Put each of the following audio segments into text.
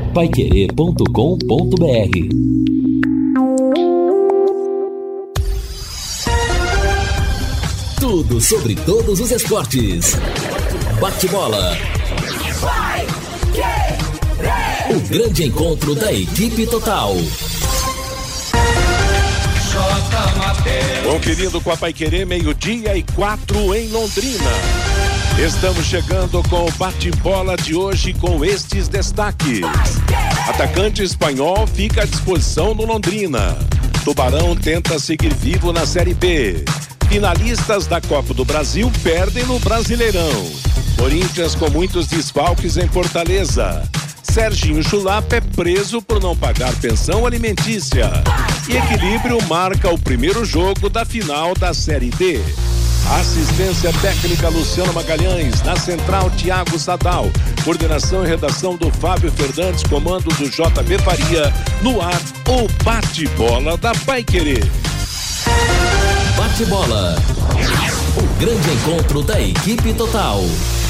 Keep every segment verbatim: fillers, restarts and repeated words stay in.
paiquerê ponto com ponto br. Tudo sobre todos os esportes. Bate-bola. O grande encontro da equipe total. Conferindo com a Paiquerê, meio-dia e quatro em Londrina. Estamos chegando com o bate-bola de hoje com estes destaques. Atacante espanhol fica à disposição no Londrina. Tubarão tenta seguir vivo na Série B. Finalistas da Copa do Brasil perdem no Brasileirão. Corinthians com muitos desfalques em Fortaleza. Serginho Chulapa é preso por não pagar pensão alimentícia. E Equilíbrio marca o primeiro jogo da final da Série D. Assistência técnica Luciano Magalhães, na central Tiago Sadal, coordenação e redação do Fábio Fernandes, comando do J B Faria, no ar o bate-bola da Paiquerê. Bate-bola, o grande encontro da equipe total.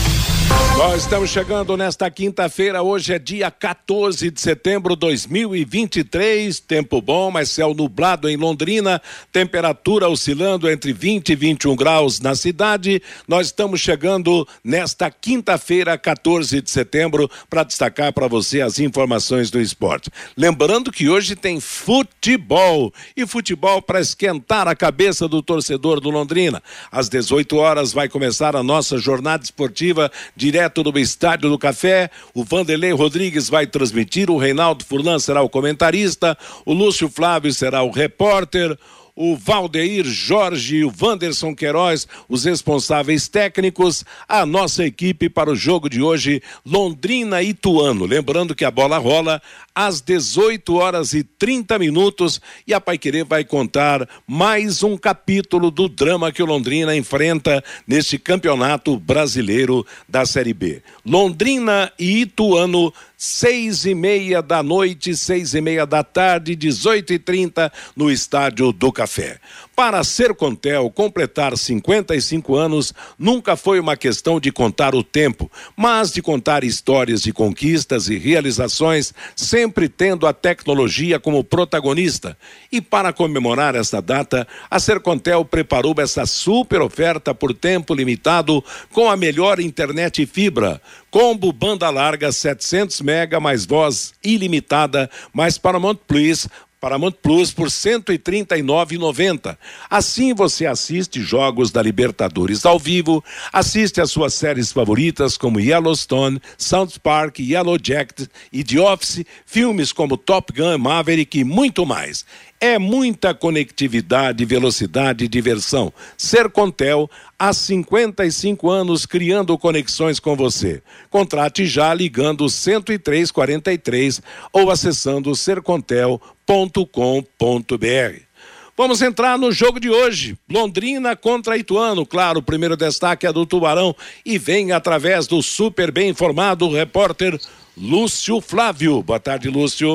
Nós estamos chegando nesta quinta-feira, hoje é dia quatorze de setembro de dois mil e vinte e três, tempo bom, mas céu nublado em Londrina, temperatura oscilando entre vinte e vinte e um graus na cidade. Nós estamos chegando nesta quinta-feira, quatorze de setembro, para destacar para você as informações do esporte. Lembrando que hoje tem futebol, e futebol para esquentar a cabeça do torcedor do Londrina. Às dezoito horas vai começar a nossa jornada esportiva direto do Estádio do Café. O Vanderlei Rodrigues vai transmitir, o Reinaldo Furlan será o comentarista, o Lúcio Flávio será o repórter, o Valdeir Jorge e o Wanderson Queiroz, os responsáveis técnicos, a nossa equipe para o jogo de hoje, Londrina e Ituano. Lembrando que a bola rola às dezoito horas e trinta minutos e a Paiquerê vai contar mais um capítulo do drama que o Londrina enfrenta neste campeonato brasileiro da Série B. Londrina e Ituano, seis e meia da noite, seis e meia da tarde, dezoito e trinta no Estádio do Café. Para a Sercontel completar cinquenta e cinco anos nunca foi uma questão de contar o tempo, mas de contar histórias de conquistas e realizações, sempre tendo a tecnologia como protagonista. E para comemorar esta data, a Sercontel preparou essa super oferta por tempo limitado com a melhor internet e fibra. Combo banda larga setecentos mega mais voz ilimitada mais Paramount Plus, Paramount Plus por cento e trinta e nove reais e noventa centavos. Assim você assiste jogos da Libertadores ao vivo, assiste as suas séries favoritas como Yellowstone, South Park, Yellow Jacket e The Office, filmes como Top Gun, Maverick e muito mais. É muita conectividade, velocidade e diversão. Sercontel, há cinquenta e cinco anos criando conexões com você. Contrate já ligando cento e três quarenta e três ou acessando sercontel ponto com ponto br. Vamos entrar no jogo de hoje. Londrina contra Ituano. Claro, o primeiro destaque é do Tubarão e vem através do super bem informado repórter Lúcio Flávio. Boa tarde, Lúcio.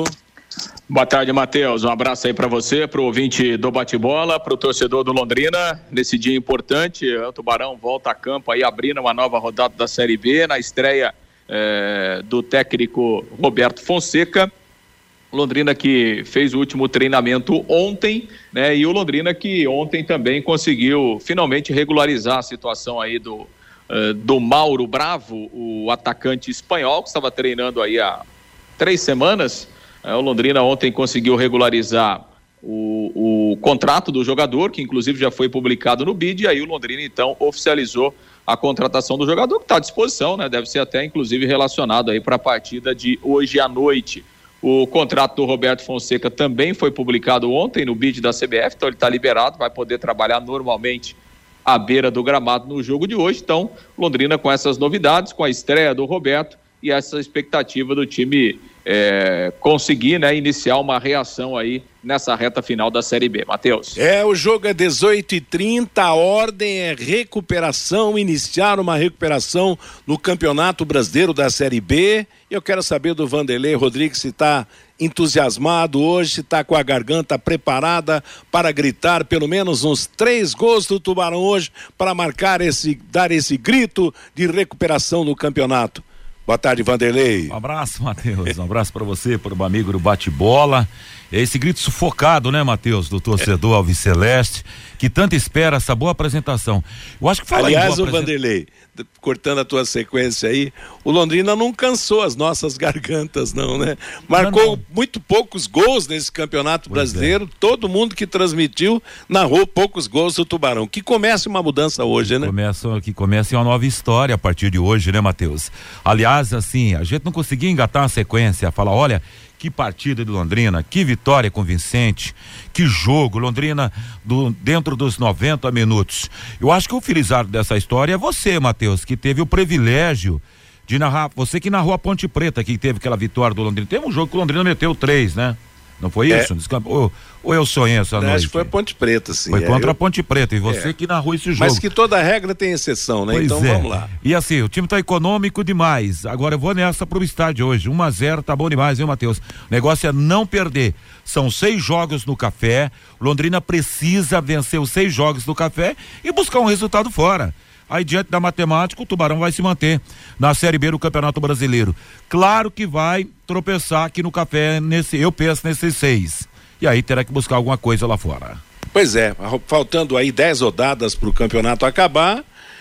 Boa tarde, Matheus. Um abraço aí para você, para o ouvinte do bate-bola, para o torcedor do Londrina. Nesse dia importante, o Tubarão volta a campo aí, abrindo uma nova rodada da Série B, na estreia eh, do técnico Roberto Fonseca. Londrina que fez o último treinamento ontem, né? E o Londrina que ontem também conseguiu finalmente regularizar a situação aí do, uh, do Mauro Bravo, o atacante espanhol, que estava treinando aí há três semanas. O Londrina ontem conseguiu regularizar o, o contrato do jogador, que inclusive já foi publicado no B I D, e aí o Londrina então oficializou a contratação do jogador, que está à disposição, né? Deve ser até inclusive relacionado aí para a partida de hoje à noite. O contrato do Roberto Fonseca também foi publicado ontem no B I D da C B F, então ele está liberado, vai poder trabalhar normalmente à beira do gramado no jogo de hoje. Então, Londrina com essas novidades, com a estreia do Roberto e essa expectativa do time é, conseguir, né, iniciar uma reação aí nessa reta final da Série B. Matheus. É, o jogo é dezoito e trinta, a ordem é recuperação, iniciar uma recuperação no Campeonato Brasileiro da Série B. Eu quero saber do Vanderlei Rodrigues se está entusiasmado hoje, se está com a garganta preparada para gritar pelo menos uns três gols do Tubarão hoje, para marcar esse, dar esse grito de recuperação no campeonato. Boa tarde, Vanderlei. Um abraço, Matheus. Um abraço para você, para o amigo do bate-bola. É esse grito sufocado, né, Matheus, do torcedor é. Alves Celeste, que tanto espera essa boa apresentação. Eu acho que fala Aliás, em o Vanderlei, cortando a tua sequência aí, o Londrina não cansou as nossas gargantas, não, né? Marcou não, não. muito poucos gols nesse campeonato pois brasileiro. É. Todo mundo que transmitiu narrou poucos gols do Tubarão. Que comece uma mudança hoje, né? Começa, que comece uma nova história a partir de hoje, né, Matheus? Aliás, assim, a gente não conseguia engatar uma sequência, falar, olha, que partida de Londrina, que vitória convincente, que jogo, Londrina do, dentro dos noventa minutos. Eu acho que o felizardo dessa história é você, Matheus, que teve o privilégio de narrar, você que narrou a Ponte Preta, que teve aquela vitória do Londrina. Teve um jogo que o Londrina meteu três, né? Não foi isso? É. Ou, ou eu sonhei essa noite? Acho que foi a Ponte Preta, sim. Foi é, contra eu... a Ponte Preta, e você é. que narrou esse jogo. Mas que toda regra tem exceção, né? Pois então é. vamos lá. E assim, o time tá econômico demais. Agora eu vou nessa pro estádio hoje. um a zero tá bom demais, viu, Matheus? O negócio é não perder. São seis jogos no Café. Londrina precisa vencer os seis jogos no Café e buscar um resultado fora. Aí, diante da matemática, o Tubarão vai se manter na Série B do Campeonato Brasileiro. Claro que vai tropeçar aqui no Café, nesse, eu penso nesses seis. E aí terá que buscar alguma coisa lá fora. Pois é, faltando aí dez rodadas para o campeonato acabar,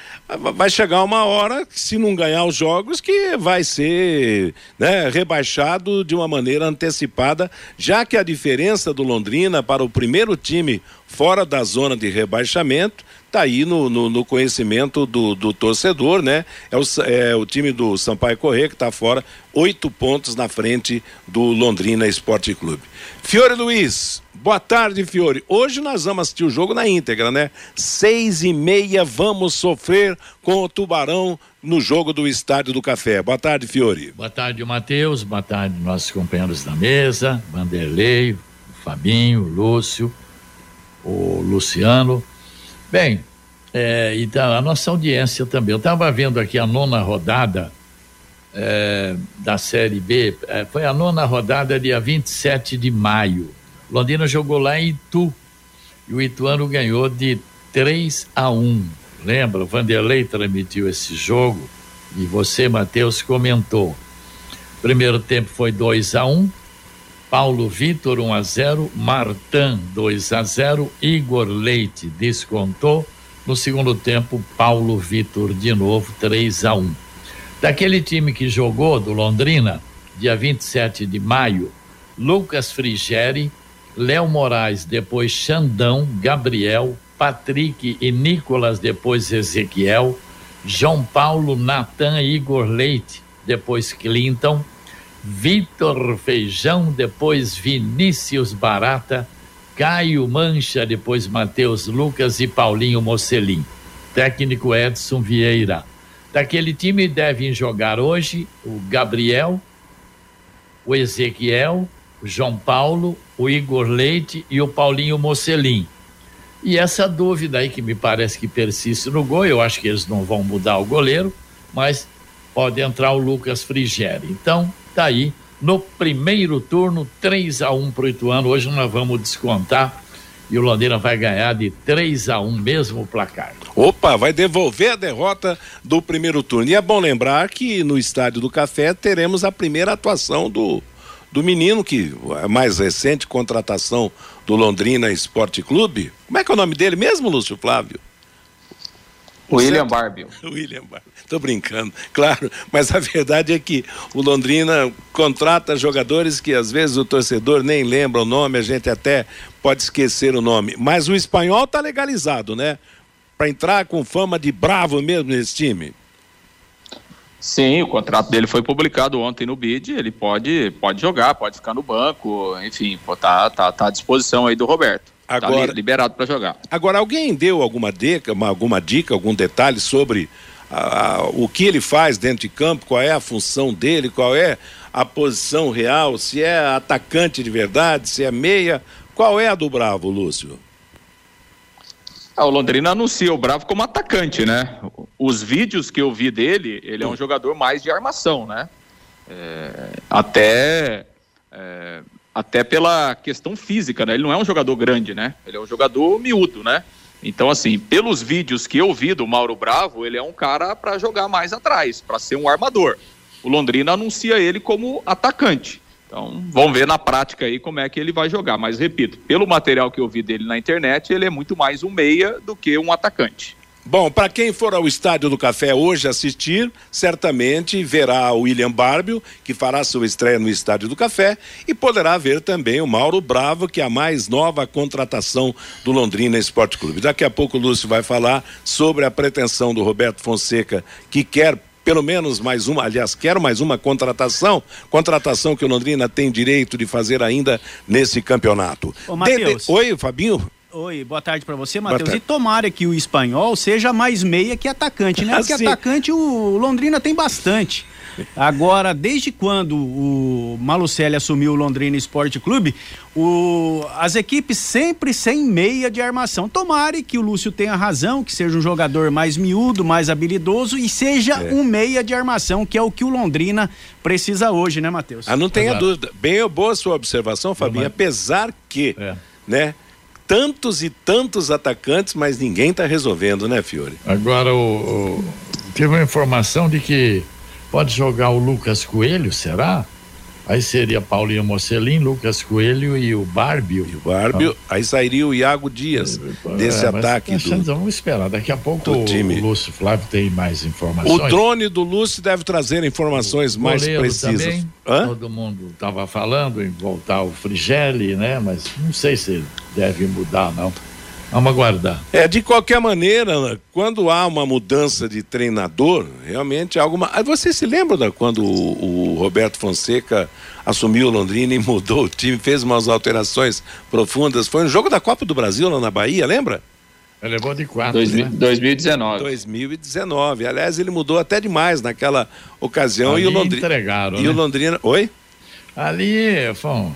vai chegar uma hora que, se não ganhar os jogos, que vai ser, né, rebaixado de uma maneira antecipada, já que a diferença do Londrina para o primeiro time fora da zona de rebaixamento está aí no, no, no conhecimento do, do torcedor, né? É o, é o time do Sampaio Corrêa que está fora, oito pontos na frente do Londrina Esporte Clube. Fiore Luiz, boa tarde, Fiore. Hoje nós vamos assistir o jogo na íntegra, né? Seis e meia, vamos sofrer com o Tubarão no jogo do Estádio do Café. Boa tarde, Fiore. Boa tarde, Matheus. Boa tarde, nossos companheiros da mesa, Vanderlei, Fabinho, Lúcio, o Luciano. Bem, é, então a nossa audiência também. Eu estava vendo aqui a nona rodada é, da Série B, é, foi a nona rodada, dia vinte e sete de maio. Londrina jogou lá em Itu e o Ituano ganhou de três a um. Lembra? O Vanderlei transmitiu esse jogo e você, Matheus, comentou. Primeiro tempo foi dois a um. Paulo Vitor um a zero, Martan dois a zero, Igor Leite descontou. No segundo tempo, Paulo Vitor de novo três a um. Daquele time que jogou do Londrina, dia vinte e sete de maio, Lucas Frigeri, Léo Moraes, depois Xandão, Gabriel, Patrick e Nicolas, depois Ezequiel, João Paulo, Natan, Igor Leite, depois Clinton, Vitor Feijão, depois Vinícius Barata, Caio Mancha, depois Matheus Lucas e Paulinho Mocelin. Técnico Edson Vieira. Daquele time devem jogar hoje o Gabriel, o Ezequiel, o João Paulo, o Igor Leite e o Paulinho Mocelin. E essa dúvida aí que me parece que persiste no gol, eu acho que eles não vão mudar o goleiro, mas pode entrar o Lucas Frigeri. Então, tá aí, no primeiro turno, três a um pro Ituano. Hoje nós vamos descontar e o Londrina vai ganhar de três a um, mesmo o placar. Opa, vai devolver a derrota do primeiro turno. E é bom lembrar que no Estádio do Café teremos a primeira atuação do, do menino, que é a mais recente contratação do Londrina Esporte Clube. Como é que é o nome dele mesmo, Lúcio Flávio? William Barbio. William Barbio. Tô brincando, claro, mas a verdade é que o Londrina contrata jogadores que às vezes o torcedor nem lembra o nome, a gente até pode esquecer o nome, mas o espanhol tá legalizado, né? Para entrar com fama de bravo mesmo nesse time. Sim, o contrato dele foi publicado ontem no B I D, ele pode, pode jogar, pode ficar no banco, enfim, tá, tá, tá à disposição aí do Roberto. Agora, tá liberado para jogar. Agora, alguém deu alguma dica, alguma dica, algum detalhe sobre a, a, o que ele faz dentro de campo, qual é a função dele, qual é a posição real, se é atacante de verdade, se é meia, qual é a do Bravo, Lúcio? Ah, o Londrina anuncia o Bravo como atacante, né? Os vídeos que eu vi dele, ele é um jogador mais de armação, né? É, até... É, até pela questão física, né? Ele não é um jogador grande, né? Ele é um jogador miúdo, né? Então, assim, pelos vídeos que eu vi do Mauro Bravo, ele é um cara para jogar mais atrás, para ser um armador. o Londrina anuncia ele como atacante. Então, vamos ver na prática aí como é que ele vai jogar. Mas, repito, pelo material que eu vi dele na internet, ele é muito mais um meia do que um atacante. Bom, para quem for ao Estádio do Café hoje assistir, certamente verá o William Barbio, que fará sua estreia no Estádio do Café, e poderá ver também o Mauro Bravo, que é a mais nova contratação do Londrina Esporte Clube. Daqui a pouco o Lúcio vai falar sobre a pretensão do Roberto Fonseca, que quer pelo menos mais uma, aliás, quero mais uma contratação, contratação que o Londrina tem direito de fazer ainda nesse campeonato. Ô, Matheus. Oi, Fabinho. Oi, boa tarde para você, Matheus. E tomara que o Espanhol seja mais meia que atacante, né? Porque assim, atacante o Londrina tem bastante. Agora, desde quando o Malucelli assumiu o Londrina Esporte Clube, o, as equipes sempre sem meia de armação. Tomara que o Lúcio tenha razão, que seja um jogador mais miúdo, mais habilidoso e seja é. um meia de armação, que é o que o Londrina precisa hoje, né, Matheus? Ah, não tenha Exato. dúvida. Bem, boa sua observação, Fabinho, apesar que, é. né, tantos e tantos atacantes, mas ninguém está resolvendo, né, Fiore? Agora, o, o, teve uma informação de que pode jogar o Lucas Coelho, será? Aí seria Paulinho Mocelin, Lucas Coelho e o Barbio. E o Barbio, ah. aí sairia o Iago Dias é, desse é, ataque. Do, vamos esperar, daqui a pouco o, o Lúcio Flávio tem mais informações. O drone do Lúcio deve trazer informações o mais precisas. Também, todo mundo estava falando em voltar o Frigelli, né? Mas não sei se deve mudar, não. Vamos aguardar. É, de qualquer maneira, quando há uma mudança de treinador, realmente há alguma... Você se lembra da quando o, o Roberto Fonseca assumiu o Londrina e mudou o time, fez umas alterações profundas? Foi no jogo da Copa do Brasil lá na Bahia, lembra? Ele levou de quatro, Dois, né? dois mil e dezenove. dois mil e dezenove. Aliás, ele mudou até demais naquela ocasião. Ali e o Londrina entregaram, E né? o Londrina... Oi? Ali, foi,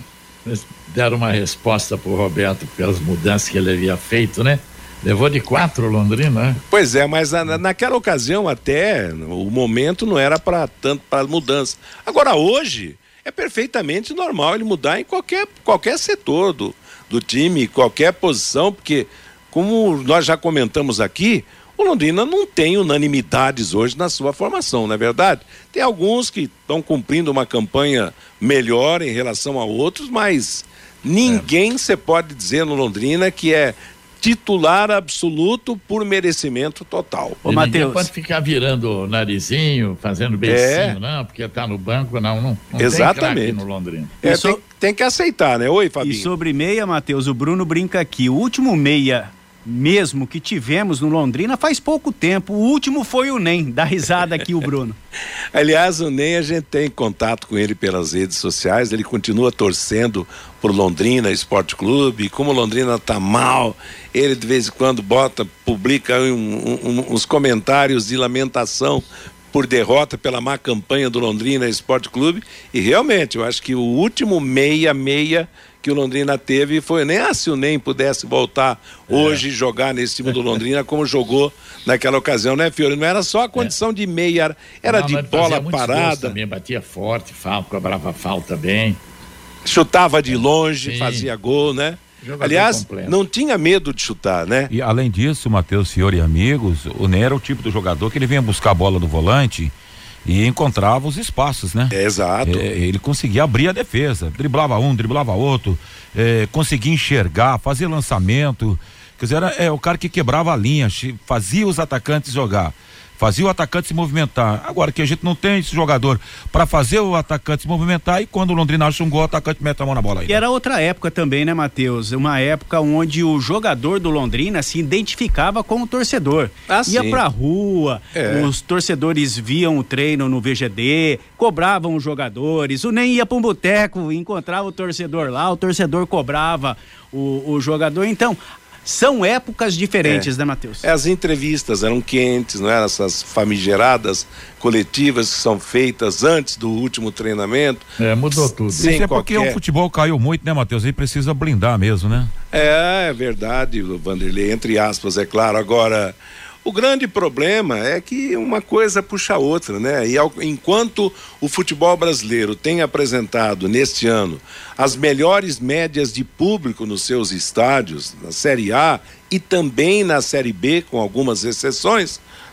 deram uma resposta pro Roberto pelas mudanças que ele havia feito, né? Levou de quatro o Londrina, né? Pois é, mas na, naquela ocasião até o momento não era para tanto para mudança. Agora hoje é perfeitamente normal ele mudar em qualquer, qualquer setor do, do time, qualquer posição, porque como nós já comentamos aqui, o Londrina não tem unanimidades hoje na sua formação, não é verdade? Tem alguns que estão cumprindo uma campanha melhor em relação a outros, mas ninguém você é. pode dizer no Londrina que é titular absoluto por merecimento total. Ô, Matheus, pode ficar virando o narizinho, fazendo beicinho, é. não, porque tá no banco, não, não, não Exatamente. tem craque no Londrina. É, so... tem, tem que aceitar, né? Oi, Fabinho. E sobre meia, Matheus, o Bruno brinca aqui, o último meia mesmo que tivemos no Londrina faz pouco tempo, o último foi o Nem, dá risada aqui o Bruno. Aliás, o Nem, a gente tem contato com ele pelas redes sociais, ele continua torcendo por Londrina Esporte Clube, como o Londrina tá mal, ele de vez em quando bota, publica um, um, uns comentários de lamentação por derrota pela má campanha do Londrina Esporte Clube, e realmente eu acho que o último meia-meia que o Londrina teve foi nem ah, se o Nem pudesse voltar é. hoje jogar nesse time do Londrina como jogou naquela ocasião, né, Fiore? Não era só a condição é. de meia, era Não, de bola parada. Também batia forte, falta, cobrava falta bem. Chutava de longe, Sim. fazia gol, né? Jogador Aliás, completo. Não tinha medo de chutar, né? E além disso, Matheus, Fiore e amigos, o Ney era o tipo do jogador que ele vinha buscar a bola do volante e encontrava os espaços, né? É, exato. É, ele conseguia abrir a defesa, driblava um, driblava outro, é, conseguia enxergar, fazer lançamento, quer dizer, era é, o cara que quebrava a linha, fazia os atacantes jogar, fazia o atacante se movimentar. Agora que a gente não tem esse jogador para fazer o atacante se movimentar, e quando o Londrina acha um gol, o atacante mete a mão na bola aí. E era outra época também, né, Matheus? Uma época onde o jogador do Londrina se identificava com o torcedor. Ah, Ia sim. pra rua, é. os torcedores viam o treino no V G D, cobravam os jogadores, o Nem ia pra um boteco, encontrava o torcedor lá, o torcedor cobrava o, o jogador. Então, são épocas diferentes, é. né, Matheus? As entrevistas eram quentes, não eram essas famigeradas coletivas que são feitas antes do último treinamento. É, mudou tudo. Isso é porque qualquer... o futebol caiu muito, né, Matheus? Aí precisa blindar mesmo, né? É, é verdade, Vanderlei, entre aspas, é claro. Agora, o grande problema é que uma coisa puxa a outra, né? E ao, enquanto o futebol brasileiro tem apresentado neste ano as melhores médias de público nos seus estádios, na Série A e também na Série B, com algumas exceções,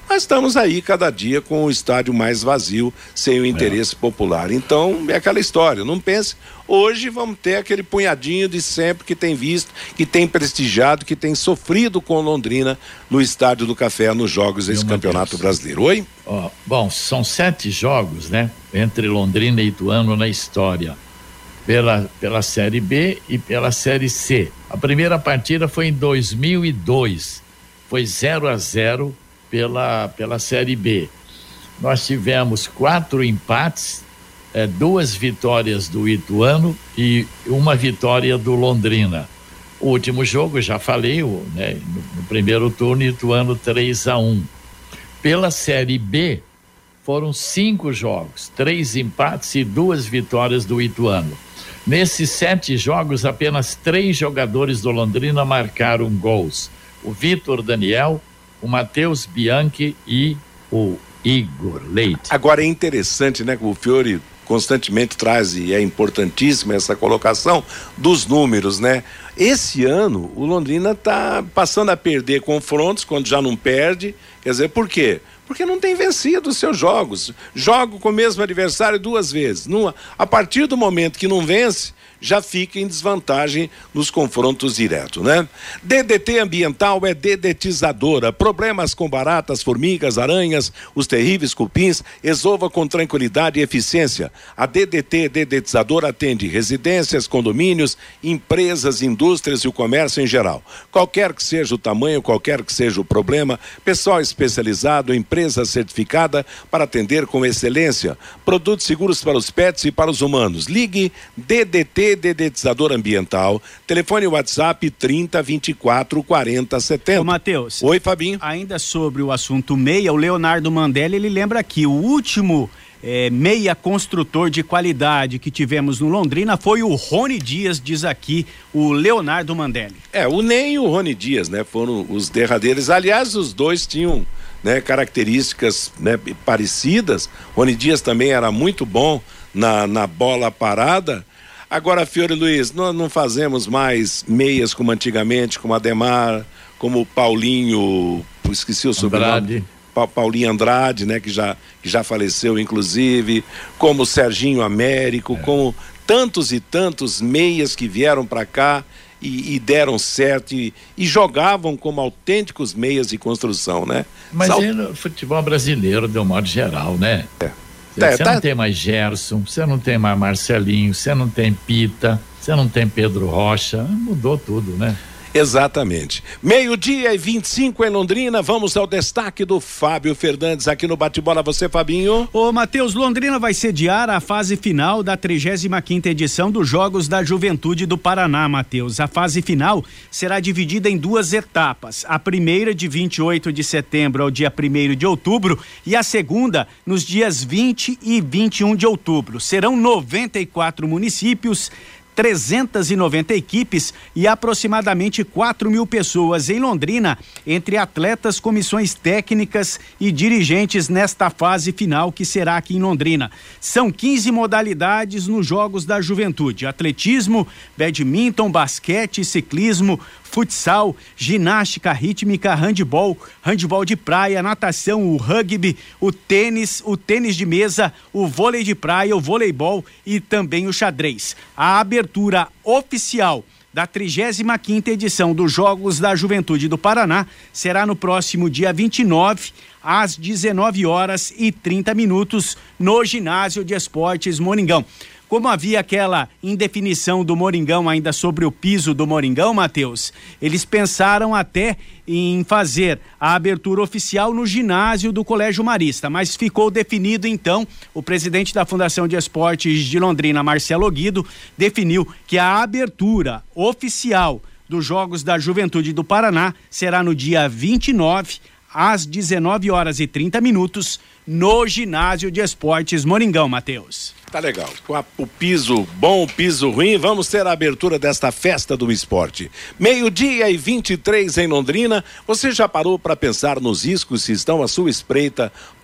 mas estamos aí cada dia com o estádio mais vazio, sem o interesse é. popular. Então, é aquela história, não pense, hoje vamos ter aquele punhadinho de sempre que tem visto, que tem prestigiado, que tem sofrido com Londrina no Estádio do Café nos jogos desse Campeonato Brasileiro. Oi? Oh, bom, são sete jogos, né, entre Londrina e Ituano na história, pela, pela Série B e pela Série C. A primeira partida foi em dois mil e dois, foi zero a zero pela, pela Série B. Nós tivemos quatro empates, é, duas vitórias do Ituano e uma vitória do Londrina. O último jogo, já falei, o, né, no, no primeiro turno, Ituano três a um. Pela Série B, foram cinco jogos, três empates e duas vitórias do Ituano. Nesses sete jogos, apenas três jogadores do Londrina marcaram gols. O Vitor Daniel, o Matheus Bianchi e o Igor Leite. Agora é interessante, né, que o Fiore constantemente traz, e é importantíssima essa colocação dos números, né? Esse ano o Londrina está passando a perder confrontos quando já não perde. Quer dizer, por quê? Porque não tem vencido os seus jogos. Joga com o mesmo adversário duas vezes. Numa, a partir do momento que não vence, já fica em desvantagem nos confrontos diretos, né? D D T Ambiental é dedetizadora. Problemas com baratas, formigas, aranhas, os terríveis cupins, resolva com tranquilidade e eficiência. A D D T Dedetizadora atende residências, condomínios, empresas, indústrias e o comércio em geral. Qualquer que seja o tamanho, qualquer que seja o problema, pessoal especializado, empresa certificada para atender com excelência. Produtos seguros para os pets e para os humanos. Ligue D D T Dedetizador Ambiental, telefone WhatsApp trinta, vinte e quatro, quarenta, setenta. Ô, Matheus. Oi, Fabinho. Ainda sobre o assunto meia, o Leonardo Mandelli, ele lembra aqui, o último é, meia construtor de qualidade que tivemos no Londrina foi o Rony Dias, diz aqui o Leonardo Mandelli. É, o Ney e o Rony Dias, né, foram os derradeiros. Aliás, os dois tinham, né, características, né, parecidas. Rony Dias também era muito bom na, na bola parada. Agora, Fiore Luiz, nós não fazemos mais meias como antigamente, como Ademar, como o Paulinho, esqueci o sobrenome. Pa, Paulinho Andrade, né, que já, que já faleceu, inclusive, como o Serginho Américo, é. como tantos e tantos meias que vieram para cá e, e deram certo e, e jogavam como autênticos meias de construção, né? Mas Sal... é no futebol brasileiro, de um modo geral, né? É. Você tá, não tem mais Gerson, você não tem mais Marcelinho, você não tem Pita, você não tem Pedro Rocha, mudou tudo, né? Exatamente. Meio-dia e vinte e cinco em Londrina, vamos ao destaque do Fábio Fernandes aqui no Bate-Bola. Você, Fabinho? Ô, Matheus, Londrina vai sediar a fase final da trigésima quinta edição dos Jogos da Juventude do Paraná, Matheus. A fase final será dividida em duas etapas. A primeira de vinte e oito de setembro ao dia primeiro de outubro e a segunda nos dias vinte e vinte e um de outubro. Serão noventa e quatro municípios, trezentas e noventa equipes e aproximadamente quatro mil pessoas em Londrina, entre atletas, comissões técnicas e dirigentes nesta fase final que será aqui em Londrina. São quinze modalidades nos Jogos da Juventude: atletismo, badminton, basquete, ciclismo, futsal, ginástica rítmica, handebol, handebol de praia, natação, o rugby, o tênis, o tênis de mesa, o vôlei de praia, o voleibol e também o xadrez. A abertura oficial da trigésima quinta edição dos Jogos da Juventude do Paraná será no próximo dia vinte e nove, às dezenove horas e trinta minutos, no Ginásio de Esportes Moringão. Como havia aquela indefinição do Moringão ainda sobre o piso do Moringão, Matheus, eles pensaram até em fazer a abertura oficial no ginásio do Colégio Marista, mas ficou definido então, o presidente da Fundação de Esportes de Londrina, Marcelo Guido, definiu que a abertura oficial dos Jogos da Juventude do Paraná será no dia vinte e nove, às dezenove horas e trinta minutos, no Ginásio de Esportes Moringão, Matheus. Tá legal. Com a, o piso bom, o piso ruim, vamos ter a abertura desta festa do esporte. Meio-dia e vinte e três em Londrina. Você já parou para pensar nos riscos que estão à sua espreita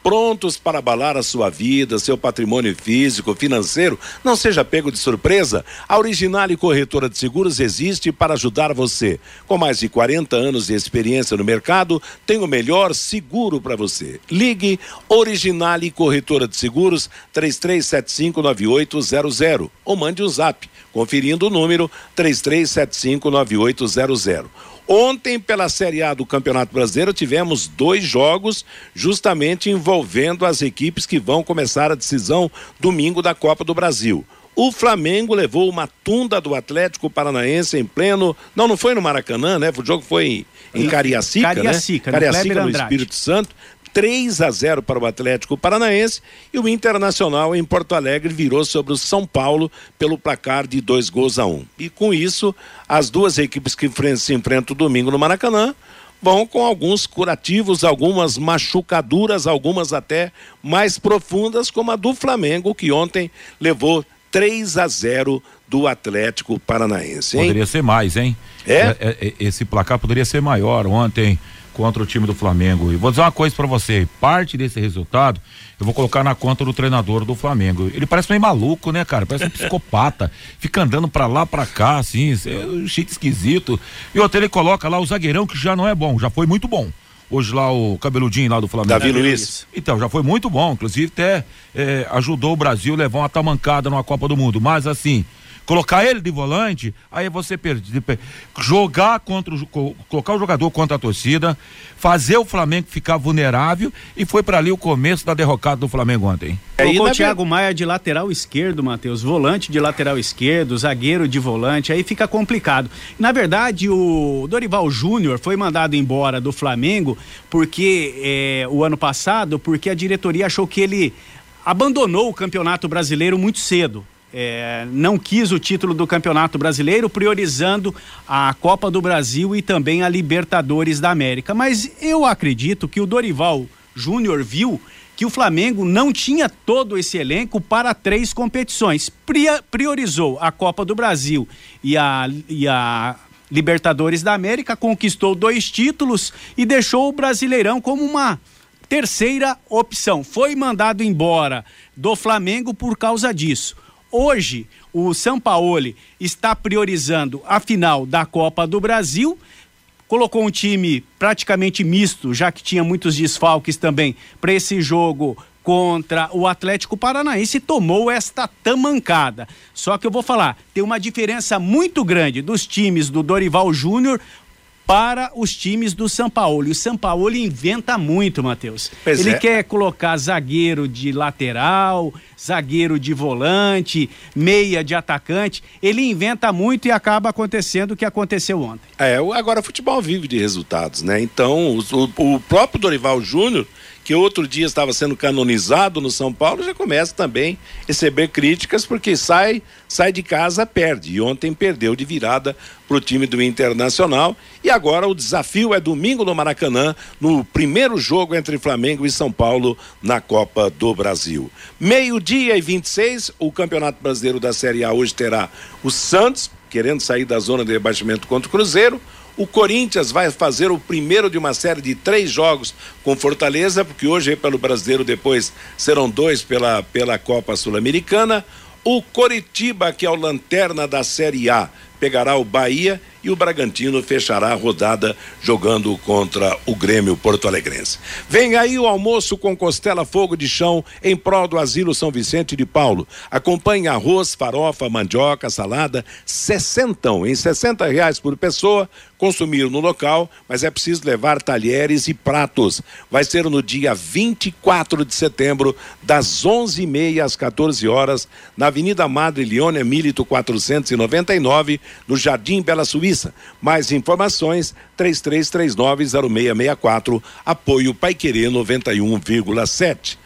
prontos para abalar a sua vida, seu patrimônio físico, financeiro? Não seja pego de surpresa. A Originale Corretora de Seguros existe para ajudar você. Com mais de quarenta anos de experiência no mercado, tem o melhor seguro para você. Ligue Originale Corretora de Seguros três três sete cinco nove oito zero zero ou mande um zap, conferindo o número três três sete cinco nove oito zero zero. Ontem, pela Série A do Campeonato Brasileiro, tivemos dois jogos justamente envolvendo as equipes que vão começar a decisão domingo da Copa do Brasil. O Flamengo levou uma tunda do Atlético Paranaense em pleno... Não, não foi no Maracanã, né? O jogo foi em, em Cariacica, Cariacica, né? no Cariacica, no Espírito Santo. três a zero para o Atlético Paranaense, e o Internacional em Porto Alegre virou sobre o São Paulo pelo placar de dois gols a um. E com isso, as duas equipes que se enfrentam domingo no Maracanã vão com alguns curativos, algumas machucaduras, algumas até mais profundas, como a do Flamengo, que ontem levou três a zero do Atlético Paranaense, hein? Poderia ser mais, hein? É? É, é? Esse placar poderia ser maior ontem contra o time do Flamengo. E vou dizer uma coisa pra você, parte desse resultado eu vou colocar na conta do treinador do Flamengo. Ele parece meio maluco, né, cara? Parece um psicopata. Fica andando pra lá, pra cá, assim, é um jeito esquisito. E outro, ele coloca lá o zagueirão, que já não é bom, já foi muito bom. Hoje lá o cabeludinho lá do Flamengo. Davi Luiz. Então, já foi muito bom, inclusive até é, ajudou o Brasil a levar uma tamancada numa Copa do Mundo, mas assim, colocar ele de volante, aí você perde, jogar contra o, colocar o jogador contra a torcida, fazer o Flamengo ficar vulnerável, e foi para ali o começo da derrocada do Flamengo ontem. Colocou o Thiago Maia de lateral esquerdo, Matheus, volante de lateral esquerdo, zagueiro de volante, aí fica complicado. Na verdade, o Dorival Júnior foi mandado embora do Flamengo porque é, o ano passado, porque a diretoria achou que ele abandonou o Campeonato Brasileiro muito cedo. É, não quis o título do Campeonato Brasileiro, priorizando a Copa do Brasil e também a Libertadores da América. Mas eu acredito que o Dorival Júnior viu que o Flamengo não tinha todo esse elenco para três competições. Priorizou a Copa do Brasil e a, e a Libertadores da América, conquistou dois títulos e deixou o Brasileirão como uma terceira opção. Foi mandado embora do Flamengo por causa disso. Hoje, o Sampaoli está priorizando a final da Copa do Brasil, colocou um time praticamente misto, já que tinha muitos desfalques também, para esse jogo contra o Atlético Paranaense, e tomou esta tamancada. Só que eu vou falar, tem uma diferença muito grande dos times do Dorival Júnior para os times do Sampaoli. O Sampaoli inventa muito, Matheus. Ele é. quer colocar zagueiro de lateral, zagueiro de volante, meia de atacante. Ele inventa muito e acaba acontecendo o que aconteceu ontem. É, agora o futebol vive de resultados, né? Então, o, o próprio Dorival Júnior, que outro dia estava sendo canonizado no São Paulo, já começa também a receber críticas, porque sai, sai de casa, perde. E ontem perdeu de virada para o time do Internacional. E agora o desafio é domingo no Maracanã, no primeiro jogo entre Flamengo e São Paulo na Copa do Brasil. Meio-dia e vinte e seis, o Campeonato Brasileiro da Série A hoje terá o Santos, querendo sair da zona de rebaixamento contra o Cruzeiro. O Corinthians vai fazer o primeiro de uma série de três jogos com Fortaleza, porque hoje é pelo Brasileiro, depois serão dois pela, pela Copa Sul-Americana. O Coritiba, que é o lanterna da Série A, pegará o Bahia, e o Bragantino fechará a rodada jogando contra o Grêmio Porto-Alegrense. Vem aí o almoço com costela fogo de chão em prol do Asilo São Vicente de Paulo. Acompanhe arroz, farofa, mandioca, salada, sessentão, em sessenta reais por pessoa. Consumir no local, mas é preciso levar talheres e pratos. Vai ser no dia vinte e quatro de setembro, das onze e meia às quatorze horas, na Avenida Madre Leônia Milito quatrocentos e noventa e nove, no Jardim Bela Suíça. Mais informações, três três três nove zero seis seis quatro, apoio Paiquerê noventa e um vírgula sete.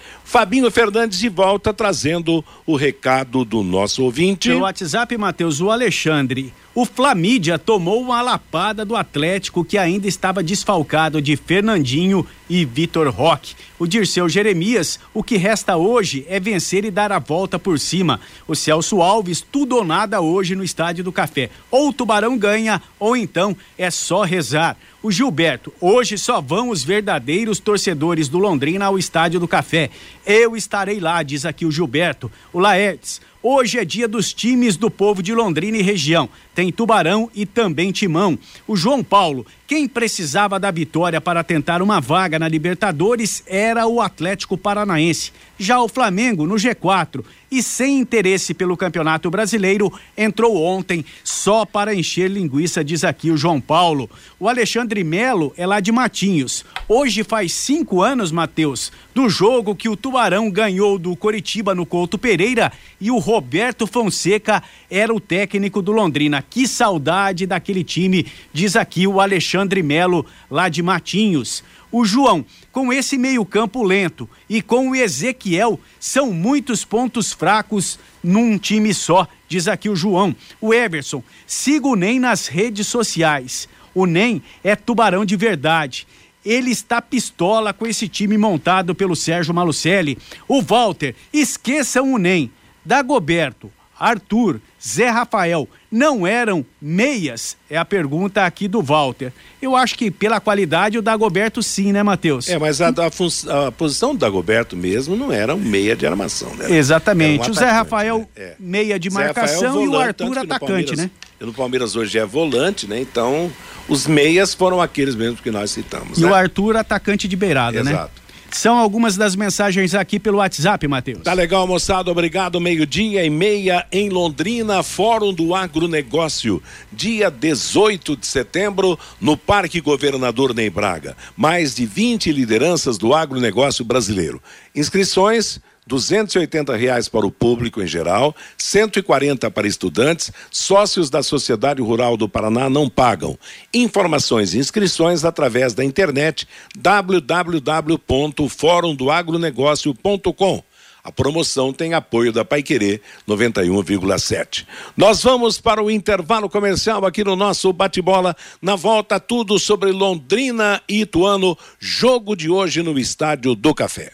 Fabinho Fernandes de volta trazendo o recado do nosso ouvinte. Pelo WhatsApp, Matheus, o Alexandre. O Flamídia tomou uma lapada do Atlético, que ainda estava desfalcado de Fernandinho e Vitor Roque. O Dirceu Jeremias, o que resta hoje é vencer e dar a volta por cima. O Celso Alves, tudo ou nada hoje no Estádio do Café. Ou o Tubarão ganha, ou então é só rezar. O Gilberto, hoje só vão os verdadeiros torcedores do Londrina ao Estádio do Café. Eu estarei lá, diz aqui o Gilberto. O Laertes, hoje é dia dos times do povo de Londrina e região. Tem Tubarão e também Timão. O João Paulo, quem precisava da vitória para tentar uma vaga na Libertadores era o Atlético Paranaense. Já o Flamengo, no G quatro, e sem interesse pelo Campeonato Brasileiro, entrou ontem só para encher linguiça, diz aqui o João Paulo. O Alexandre Melo é lá de Matinhos. Hoje faz cinco anos, Matheus, do jogo que o Tubarão ganhou do Coritiba no Couto Pereira e o Roberto Fonseca era o técnico do Londrina. Que saudade daquele time, diz aqui o Alexandre Melo, lá de Matinhos. O João, com esse meio-campo lento e com o Ezequiel, são muitos pontos fracos num time só, diz aqui o João. O Everson, siga o Ney nas redes sociais. O Ney é tubarão de verdade. Ele está pistola com esse time montado pelo Sérgio Malucelli. O Walter, esqueçam o Ney. Dagoberto, Arthur, Zé Rafael, não eram meias? É a pergunta aqui do Walter. Eu acho que pela qualidade o Dagoberto sim, né, Matheus? É, mas a, a, a posição do Dagoberto mesmo não era um meia de armação, né? Exatamente. Um o Zé Rafael, né? é. meia de Zé marcação Rafael, volante, e o Arthur atacante, né? No Palmeiras hoje é volante, né? Então, os meias foram aqueles mesmos que nós citamos. E né? o Arthur atacante de beirada, Exato. né? Exato. São algumas das mensagens aqui pelo WhatsApp, Matheus. Tá legal, moçada, obrigado. Meio-dia e meia em Londrina, Fórum do Agronegócio, dia dezoito de setembro, no Parque Governador Ney Braga. Mais de vinte lideranças do agronegócio brasileiro. Inscrições duzentos e oitenta reais para o público em geral, cento e quarenta para estudantes, sócios da Sociedade Rural do Paraná não pagam. Informações e inscrições através da internet w w w ponto fórum do agronegócio ponto com. A promoção tem apoio da Paiquerê noventa e um vírgula sete. Nós vamos para o intervalo comercial aqui no nosso bate-bola. Na volta, tudo sobre Londrina e Ituano, jogo de hoje no Estádio do Café.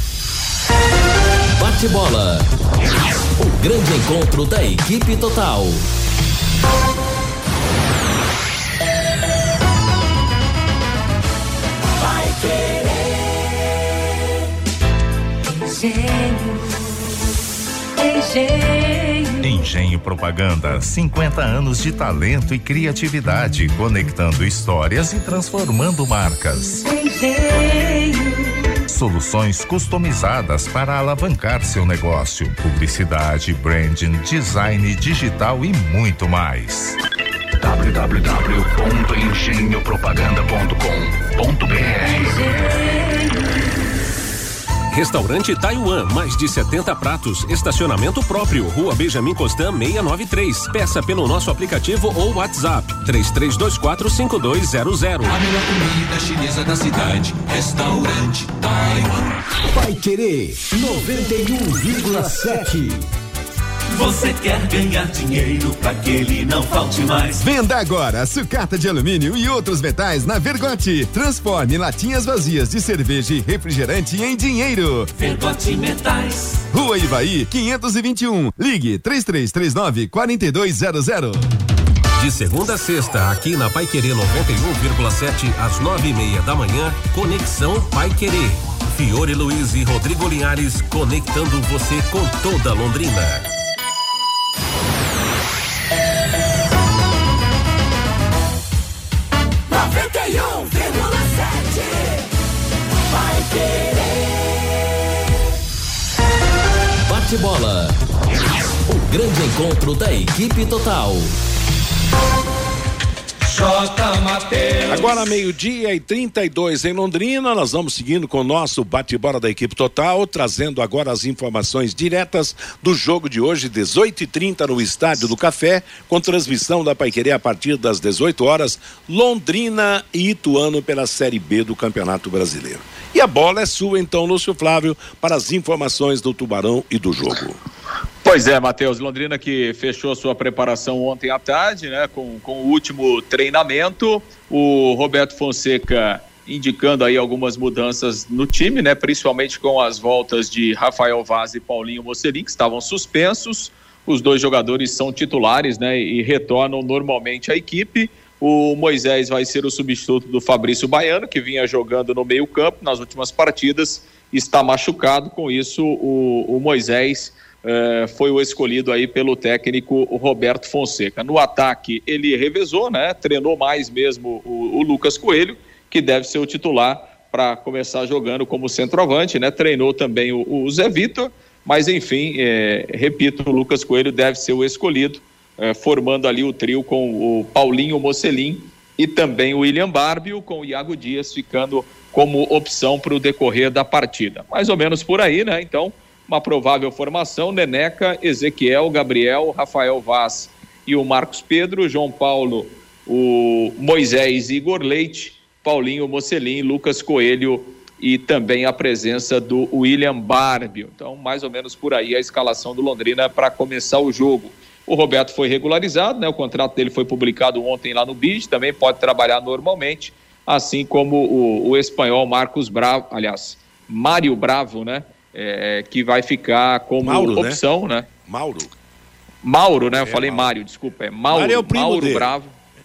Bate-bola. O grande encontro da equipe total. Vai querer. Engenho. Engenho Propaganda, cinquenta anos de talento e criatividade, conectando histórias e transformando marcas. Engenho. Soluções customizadas para alavancar seu negócio, publicidade, branding, design digital e muito mais. w w w ponto engenho propaganda ponto com ponto b r. Restaurante Taiwan, mais de setenta pratos, estacionamento próprio, Rua Benjamin Constant seiscentos e noventa e três. Peça pelo nosso aplicativo ou WhatsApp três três dois quatro cinco dois zero zero. A melhor comida chinesa da cidade, Restaurante Taiwan. Vai querer noventa e um vírgula sete. Você quer ganhar dinheiro pra que ele não falte mais? Venda agora sucata de alumínio e outros metais na Vergote. Transforme latinhas vazias de cerveja e refrigerante em dinheiro. Vergote Metais. Rua Ivaí, quinhentos e vinte e um. Ligue três três três nove, quatro dois zero zero. De segunda a sexta, aqui na Paiquerê noventa e um vírgula sete, às nove e meia da manhã, Conexão Paiquerê. Fiore Luiz e Rodrigo Linhares conectando você com toda Londrina. noventa e um vírgula sete. Vai querer. Bate-bola. O grande encontro da equipe total. J. Mateus. Agora meio-dia e trinta e dois em Londrina, nós vamos seguindo com o nosso bate-bola da equipe total, trazendo agora as informações diretas do jogo de hoje, dezoito e trinta no Estádio do Café, com transmissão da Paiquerê a partir das dezoito horas, Londrina e Ituano pela Série B do Campeonato Brasileiro. E a bola é sua então, Lúcio Flávio, para as informações do Tubarão e do jogo. Pois é, Matheus, Londrina que fechou sua preparação ontem à tarde, né, com, com o último treinamento, o Roberto Fonseca indicando aí algumas mudanças no time, né, principalmente com as voltas de Rafael Vaz e Paulinho Mocelin, que estavam suspensos. Os dois jogadores são titulares, né, e retornam normalmente à equipe. O Moisés vai ser o substituto do Fabrício Baiano, que vinha jogando no meio campo nas últimas partidas, está machucado. Com isso o, o Moisés Uh, foi o escolhido aí pelo técnico Roberto Fonseca. No ataque ele revezou, né? Treinou mais mesmo o, o Lucas Coelho, que deve ser o titular para começar jogando como centroavante, né? Treinou também o, o Zé Vitor, mas enfim, é, repito, o Lucas Coelho deve ser o escolhido, é, formando ali o trio com o Paulinho Mocelin e também o William Barbio, com o Iago Dias ficando como opção para o decorrer da partida. Mais ou menos por aí, né? Então, uma provável formação: Neneca, Ezequiel, Gabriel, Rafael Vaz e o Marcos Pedro, João Paulo, o Moisés, Igor Leite, Paulinho Mocelin, Lucas Coelho e também a presença do William Barbio. Então, mais ou menos por aí a escalação do Londrina para começar o jogo. O Roberto foi regularizado, né? O contrato dele foi publicado ontem lá no B I D, também pode trabalhar normalmente, assim como o, o espanhol Marcos Bravo, aliás, Mário Bravo, né? É, que vai ficar como Mauro, opção, né? né? Mauro. Mauro, né? Eu é, falei Mauro. Mário, desculpa. É Mauro, Mário é o primo Mauro dele. Bravo.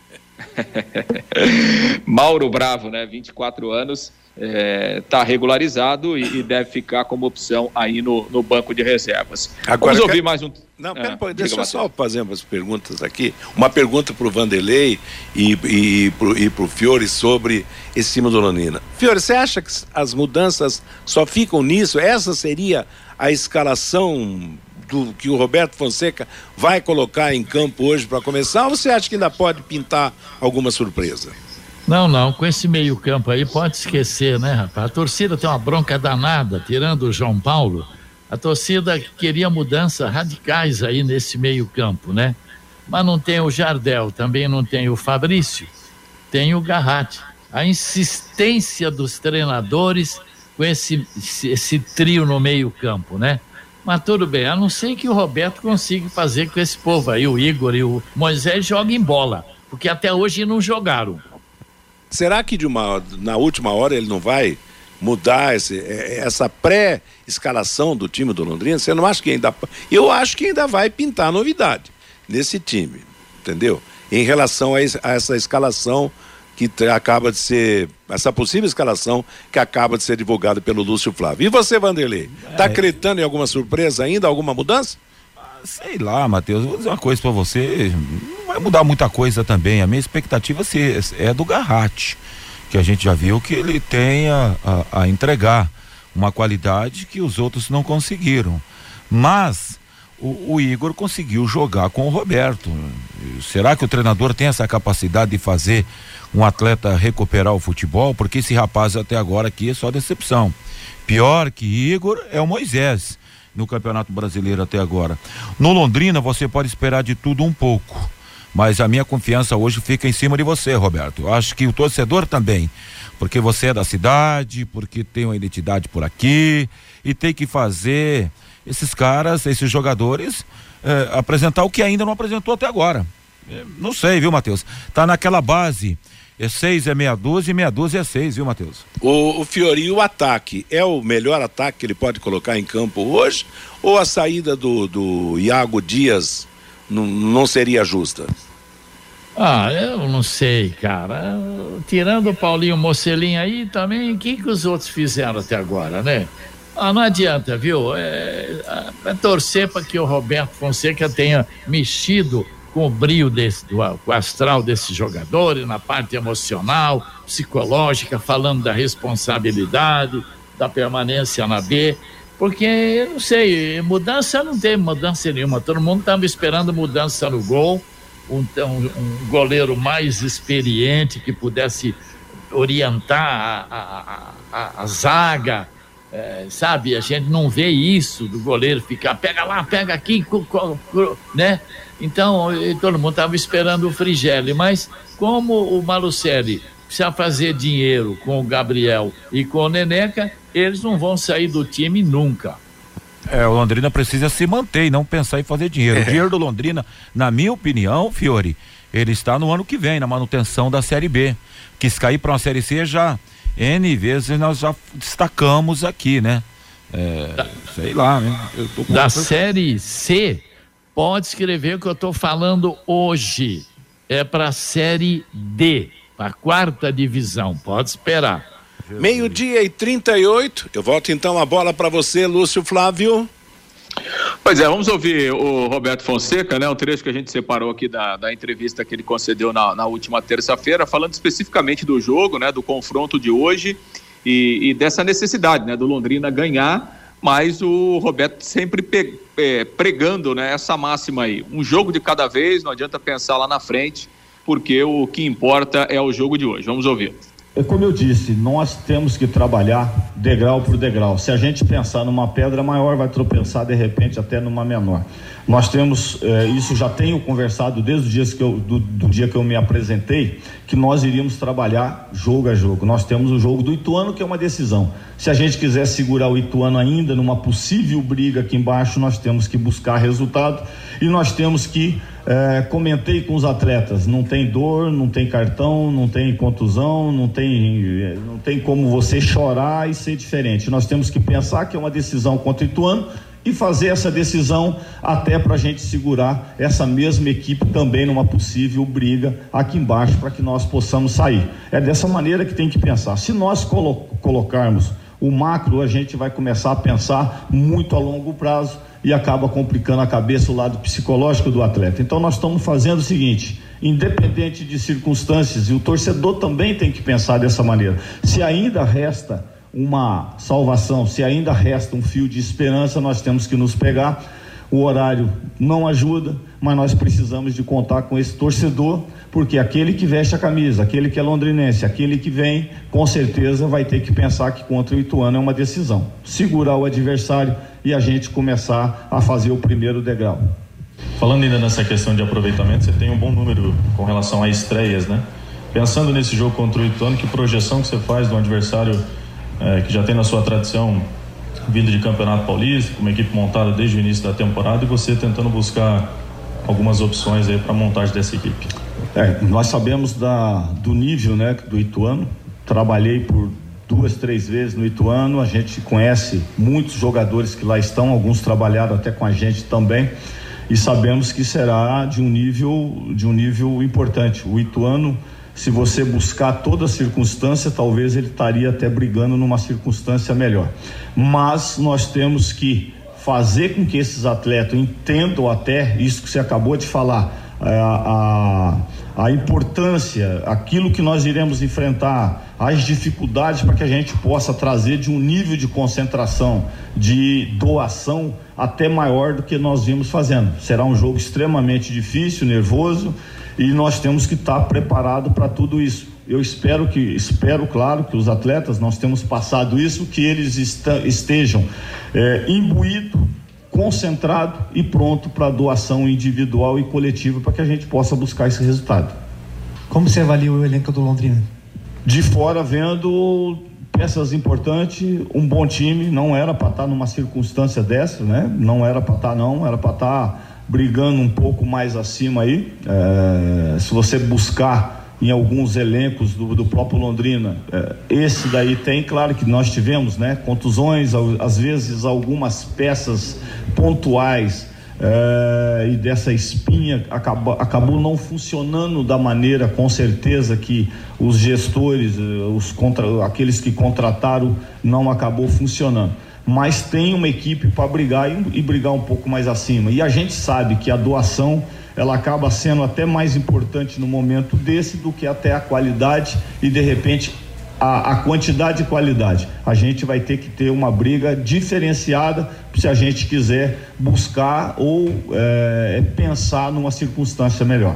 Mauro Bravo, né? vinte e quatro anos, está é, regularizado e, e deve ficar como opção aí no, no banco de reservas. Agora, Vamos ouvir quer... mais um... Não, é, pera, deixa eu só fazer umas perguntas aqui. Uma pergunta para o Vanderlei e, e, e para o Fiore sobre esse time do Londrina. Fiore, você acha que as mudanças só ficam nisso? Essa seria a escalação do, que o Roberto Fonseca vai colocar em campo hoje para começar? Ou você acha que ainda pode pintar alguma surpresa? Não, não, com esse meio campo aí pode esquecer, né, rapaz? A torcida tem uma bronca danada, tirando o João Paulo. A torcida queria mudanças radicais aí nesse meio campo, né? Mas não tem o Jardel, também não tem o Fabrício, tem o Garratti. A insistência dos treinadores com esse, esse, esse trio no meio campo, né? Mas tudo bem, a não ser que o Roberto consiga fazer com esse povo aí, o Igor e o Moisés joguem bola, porque até hoje não jogaram. Será que de uma, na última hora ele não vai mudar esse, essa pré-escalação do time do Londrina? Você não acha que ainda... Eu acho que ainda vai pintar novidade nesse time, entendeu? Em relação a, a essa escalação que acaba de ser, essa possível escalação que acaba de ser divulgada pelo Lúcio Flávio. E você, Vanderlei, tá acreditando em alguma surpresa ainda, alguma mudança? Sei lá, Matheus, vou dizer uma coisa pra você, não vai mudar muita coisa também. A minha expectativa é do Garratti, que a gente já viu que ele tem a, a, a entregar uma qualidade que os outros não conseguiram. Mas o, o Igor conseguiu jogar com o Roberto. Será que o treinador tem essa capacidade de fazer um atleta recuperar o futebol? Porque esse rapaz até agora aqui é só decepção. Pior que Igor é o Moisés no Campeonato Brasileiro até agora. No Londrina você pode esperar de tudo um pouco, mas a minha confiança hoje fica em cima de você, Roberto. Eu acho que o torcedor também, porque você é da cidade, porque tem uma identidade por aqui e tem que fazer esses caras, esses jogadores eh, apresentar o que ainda não apresentou até agora. Eh, não sei, viu, Matheus? Tá naquela base, é seis é meia dúzia e meia dúzia é seis, viu, Matheus? O, o Fiori, o ataque é o melhor ataque que ele pode colocar em campo hoje, ou a saída do, do Iago Dias não, não seria justa? Ah, eu não sei, cara. Tirando o Paulinho Mocelin aí também, o que que os outros fizeram até agora, né? Ah, não adianta, viu? É, é torcer para que o Roberto Fonseca tenha mexido com o brilho desse, do, com o astral desses jogadores, na parte emocional, psicológica, falando da responsabilidade, da permanência na B, porque, eu não sei, mudança não tem mudança nenhuma, todo mundo estava esperando mudança no gol, um, um, um goleiro mais experiente que pudesse orientar a, a, a, a zaga, é, sabe? A gente não vê isso do goleiro ficar, pega lá, pega aqui, né? Então, todo mundo estava esperando o Frigeli, mas como o Malucelli precisa fazer dinheiro com o Gabriel e com o Neneca, eles não vão sair do time nunca. É, o Londrina precisa se manter e não pensar em fazer dinheiro. O dinheiro do Londrina, na minha opinião, Fiore, ele está no ano que vem, na manutenção da Série B. Que se cair para uma Série C já, N vezes nós já destacamos aqui, né? É, da, sei lá, né? Eu tô com da Série C, pode escrever o que eu estou falando hoje. É para a Série D, para a quarta divisão, pode esperar. Meio-dia e trinta e oito, eu volto então a bola para você, Lúcio Flávio. Pois é, vamos ouvir o Roberto Fonseca, né? Um trecho que a gente separou aqui da, da entrevista que ele concedeu na, na última terça-feira, falando especificamente do jogo, né? Do confronto de hoje e, e dessa necessidade, né? Do Londrina ganhar, mas o Roberto sempre pe, é, pregando, né? Essa máxima aí, um jogo de cada vez, não adianta pensar lá na frente, porque o que importa é o jogo de hoje. Vamos ouvir. Como eu disse, nós temos que trabalhar degrau por degrau. Se a gente pensar numa pedra maior, vai tropeçar de repente até numa menor. Nós temos, eh, isso já tenho conversado desde o dia que eu, do, do dia que eu me apresentei, que nós iríamos trabalhar jogo a jogo. Nós temos o jogo do Ituano, que é uma decisão. Se a gente quiser segurar o Ituano ainda numa possível briga aqui embaixo, nós temos que buscar resultado e nós temos que É, comentei com os atletas, não tem dor, não tem cartão, não tem contusão, não tem, não tem como você chorar e ser diferente. Nós temos que pensar que é uma decisão contra o Ituano e fazer essa decisão até para a gente segurar essa mesma equipe também numa possível briga aqui embaixo para que nós possamos sair. É dessa maneira que tem que pensar. Se nós colo- colocarmos o macro, a gente vai começar a pensar muito a longo prazo e acaba complicando a cabeça, o lado psicológico do atleta. Então nós estamos fazendo o seguinte, independente de circunstâncias, e o torcedor também tem que pensar dessa maneira, se ainda resta uma salvação, se ainda resta um fio de esperança, nós temos que nos pegar. O horário não ajuda, mas nós precisamos de contar com esse torcedor, porque aquele que veste a camisa, aquele que é londrinense, aquele que vem, com certeza vai ter que pensar que contra o Ituano é uma decisão. Segurar o adversário e a gente começar a fazer o primeiro degrau. Falando ainda nessa questão de aproveitamento, você tem um bom número com relação a estreias, né? Pensando nesse jogo contra o Ituano, que projeção que você faz de um adversário é, que já tem na sua tradição vindo de Campeonato Paulista, com uma equipe montada desde o início da temporada, e você tentando buscar algumas opções aí para a montagem dessa equipe? É, nós sabemos da, do nível, né, do Ituano. Trabalhei por duas, três vezes no Ituano, a gente conhece muitos jogadores que lá estão, alguns trabalharam até com a gente também, e sabemos que será de um nível, de um nível importante. O Ituano, se você buscar toda a circunstância, talvez ele estaria até brigando numa circunstância melhor. Mas nós temos que fazer com que esses atletas entendam até isso que você acabou de falar, a, a, a importância, aquilo que nós iremos enfrentar, as dificuldades para que a gente possa trazer de um nível de concentração, de doação até maior do que nós vimos fazendo. Será um jogo extremamente difícil, nervoso, e nós temos que estar preparado para tudo isso. Eu espero que, espero, claro, que os atletas, nós temos passado isso, que eles está, estejam é, imbuídos, concentrados e pronto para doação individual e coletiva para que a gente possa buscar esse resultado. Como você avalia o elenco do Londrina? De fora, vendo peças importantes, um bom time, não era para estar numa circunstância dessa, né? Não era para estar não, era para estar brigando um pouco mais acima aí. É, se você buscar em alguns elencos do, do próprio Londrina, é, esse daí tem, claro que nós tivemos, né, contusões, às vezes algumas peças pontuais, é, e dessa espinha acabou, acabou não funcionando da maneira, com certeza, que os gestores, os contra, aqueles que contrataram, não acabou funcionando. Mas tem uma equipe para brigar e, e brigar um pouco mais acima. E a gente sabe que a doação, ela acaba sendo até mais importante no momento desse do que até a qualidade, e de repente a, a quantidade e qualidade. A gente vai ter que ter uma briga diferenciada se a gente quiser buscar ou é, pensar numa circunstância melhor.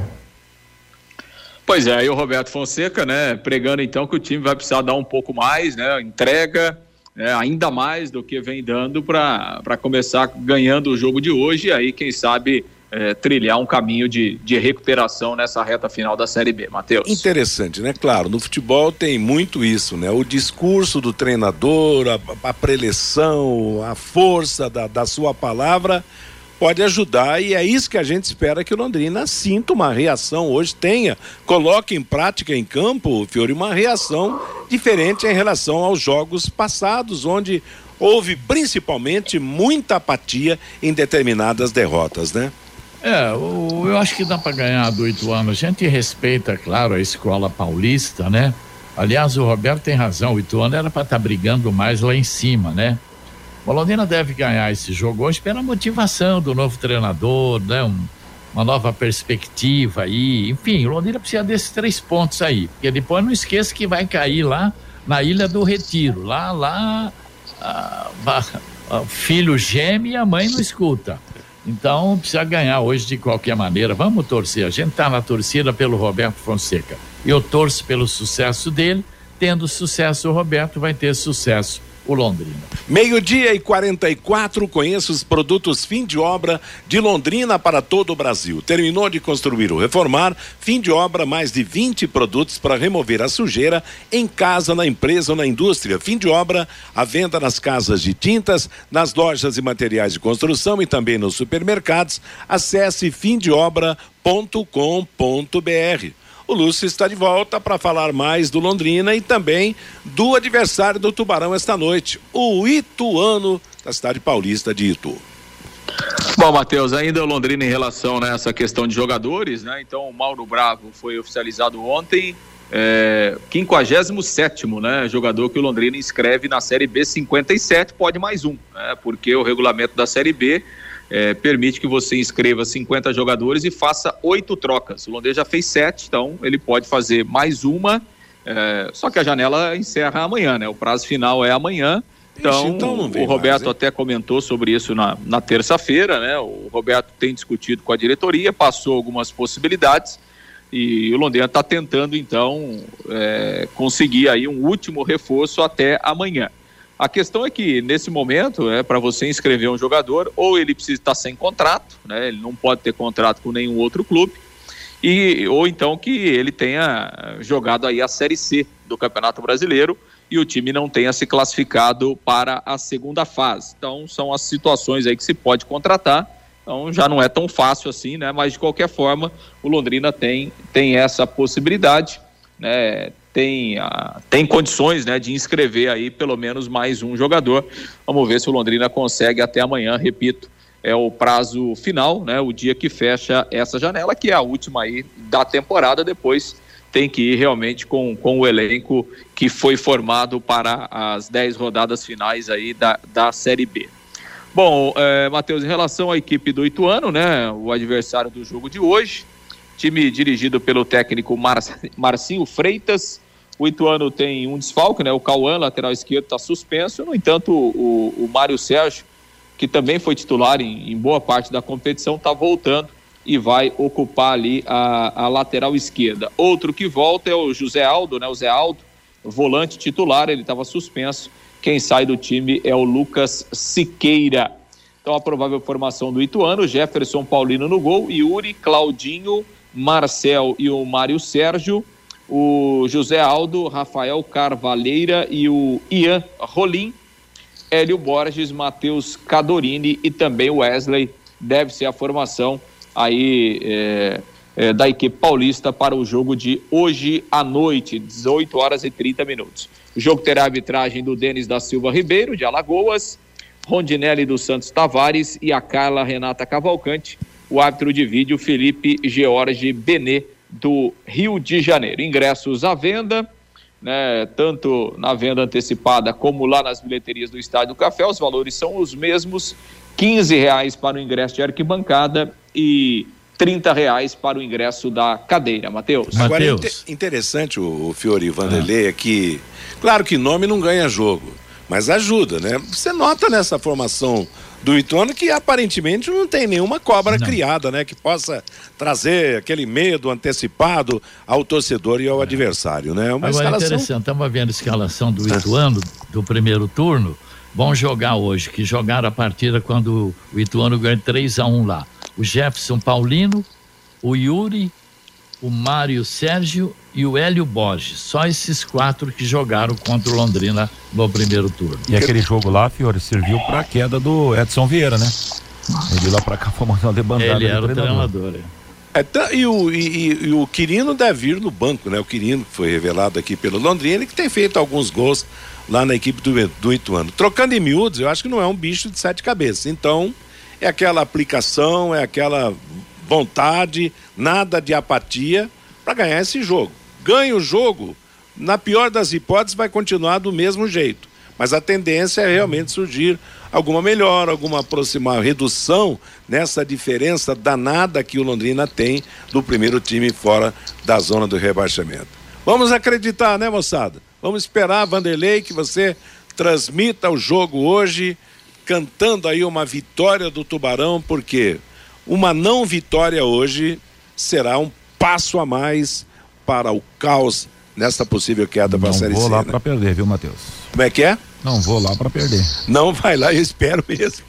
Pois é, aí o Roberto Fonseca, né, pregando então que o time vai precisar dar um pouco mais, né, entrega, né, ainda mais do que vem dando para para começar ganhando o jogo de hoje e aí, quem sabe, é, trilhar um caminho de, de recuperação nessa reta final da Série B, Matheus. Interessante, né? Claro, no futebol tem muito isso, né? O discurso do treinador, a, a preleção, a força da, da sua palavra pode ajudar e é isso que a gente espera que o Londrina sinta uma reação hoje, tenha, coloque em prática em campo, Fiore, uma reação diferente em relação aos jogos passados, onde houve principalmente muita apatia em determinadas derrotas, né? É, o, eu acho que dá para ganhar do Ituano. A gente respeita, claro, a escola paulista, né? Aliás, o Roberto tem razão, o Ituano era para estar tá brigando mais lá em cima, né? O Londrina deve ganhar esse jogo hoje pela motivação do novo treinador, né? Um, uma nova perspectiva aí, enfim, o Londrina precisa desses três pontos aí, porque depois não esqueça que vai cair lá na Ilha do Retiro, lá, lá, a, a, a, o filho geme e a mãe não escuta. Então precisa ganhar hoje de qualquer maneira. Vamos torcer, a gente tá na torcida pelo Roberto Fonseca. Eu torço pelo sucesso dele, tendo sucesso o Roberto, vai ter sucesso o Londrina. Meio-dia e quarenta e quatro, conheça os produtos fim de obra de Londrina para todo o Brasil. Terminou de construir ou reformar, fim de obra, mais de vinte produtos para remover a sujeira em casa, na empresa ou na indústria. Fim de obra, a venda nas casas de tintas, nas lojas e materiais de construção e também nos supermercados. Acesse fim de obra ponto com ponto br. O Lúcio está de volta para falar mais do Londrina e também do adversário do Tubarão esta noite, o Ituano, da cidade paulista de Itu. Bom, Matheus, ainda o Londrina em relação a essa questão de jogadores, né? Então o Mauro Bravo foi oficializado ontem, é, quinquagésimo sétimo, né? Jogador que o Londrina inscreve na Série B cinquenta e sete, pode mais um, né? Porque o regulamento da Série B É, permite que você inscreva cinquenta jogadores e faça oito trocas. O Londrina já fez sete, então ele pode fazer mais uma, é, só que a janela encerra amanhã, né? O prazo final é amanhã. Então, Ixi, então o Roberto mais, até comentou sobre isso na, na terça-feira, né? O Roberto tem discutido com a diretoria, passou algumas possibilidades e o Londrina está tentando, então, é, conseguir aí um último reforço até amanhã. A questão é que, nesse momento, é, para você inscrever um jogador, ou ele precisa estar sem contrato, né? Ele não pode ter contrato com nenhum outro clube, e, ou então que ele tenha jogado aí a Série C do Campeonato Brasileiro e o time não tenha se classificado para a segunda fase. Então, são as situações aí que se pode contratar. Então, já não é tão fácil assim, né? Mas, de qualquer forma, o Londrina tem, tem essa possibilidade, né? Tem, a, tem condições, né, de inscrever aí pelo menos mais um jogador. Vamos ver se o Londrina consegue até amanhã, repito, é o prazo final, né, o dia que fecha essa janela, que é a última aí da temporada. Depois tem que ir realmente com, com o elenco que foi formado para as dez rodadas finais aí da, da Série B. Bom, é, Matheus, em relação à equipe do Ituano, né, o adversário do jogo de hoje, time dirigido pelo técnico Mar... Marcinho Freitas. O Ituano tem um desfalque, né? O Cauã, lateral esquerdo, está suspenso. No entanto, o, o Mário Sérgio, que também foi titular em, em boa parte da competição, está voltando e vai ocupar ali a, a lateral esquerda. Outro que volta é o José Aldo, né? O Zé Aldo, volante titular, ele estava suspenso. Quem sai do time é o Lucas Siqueira. Então, a provável formação do Ituano: Jefferson Paulino no gol, Yuri, Claudinho, Marcel e o Mário Sérgio, o José Aldo, Rafael Carvalheira e o Ian Rolim, Hélio Borges, Matheus Cadorini e também o Wesley. Deve ser a formação aí é, é, da equipe paulista para o jogo de hoje à noite, dezoito horas e trinta minutos. O jogo terá a arbitragem do Denis da Silva Ribeiro, de Alagoas, Rondinelli dos Santos Tavares e a Carla Renata Cavalcante. O árbitro de vídeo, Felipe George Benê, do Rio de Janeiro. Ingressos à venda, né, tanto na venda antecipada como lá nas bilheterias do Estádio do Café. Os valores são os mesmos: quinze reais para o ingresso de arquibancada e trinta reais para o ingresso da cadeira, Matheus. Agora, é inter- interessante o, o Fiore e Vanderlei é que, claro que nome não ganha jogo, mas ajuda, né? Você nota nessa formação do Ituano que aparentemente não tem nenhuma cobra não. criada, né? Que possa trazer aquele medo antecipado ao torcedor e ao é. adversário, né? Uma Agora escalação... interessante, estamos vendo a escalação do Ituano do primeiro turno, vão jogar hoje, que jogaram a partida quando o Ituano ganhou três a um lá. O Jefferson Paulino, o Yuri, o Mário Sérgio e o Hélio Borges. Só esses quatro que jogaram contra o Londrina no primeiro turno. E aquele jogo lá, Fiore, serviu para a queda do Edson Vieira, né? Ele lá para cá foi uma debandada. Ele era o treinador. É, tá, e, o, e, e o Quirino deve vir no banco, né? O Quirino que foi revelado aqui pelo Londrina, que tem feito alguns gols lá na equipe do, do Ituano. Trocando em miúdos, eu acho que não é um bicho de sete cabeças. Então, é aquela aplicação, é aquela vontade, nada de apatia para ganhar esse jogo. Ganha o jogo, na pior das hipóteses, vai continuar do mesmo jeito. Mas a tendência é realmente surgir alguma melhora, alguma aproximar, redução nessa diferença danada que o Londrina tem do primeiro time fora da zona do rebaixamento. Vamos acreditar, né, moçada? Vamos esperar, Vanderlei, que você transmita o jogo hoje, cantando aí uma vitória do Tubarão, porque uma não vitória hoje será um passo a mais para o caos nessa possível queda para a Série C. Não vou lá né? para perder, viu, Matheus? Como é que é? Não vou lá para perder. Não vai lá, eu espero mesmo.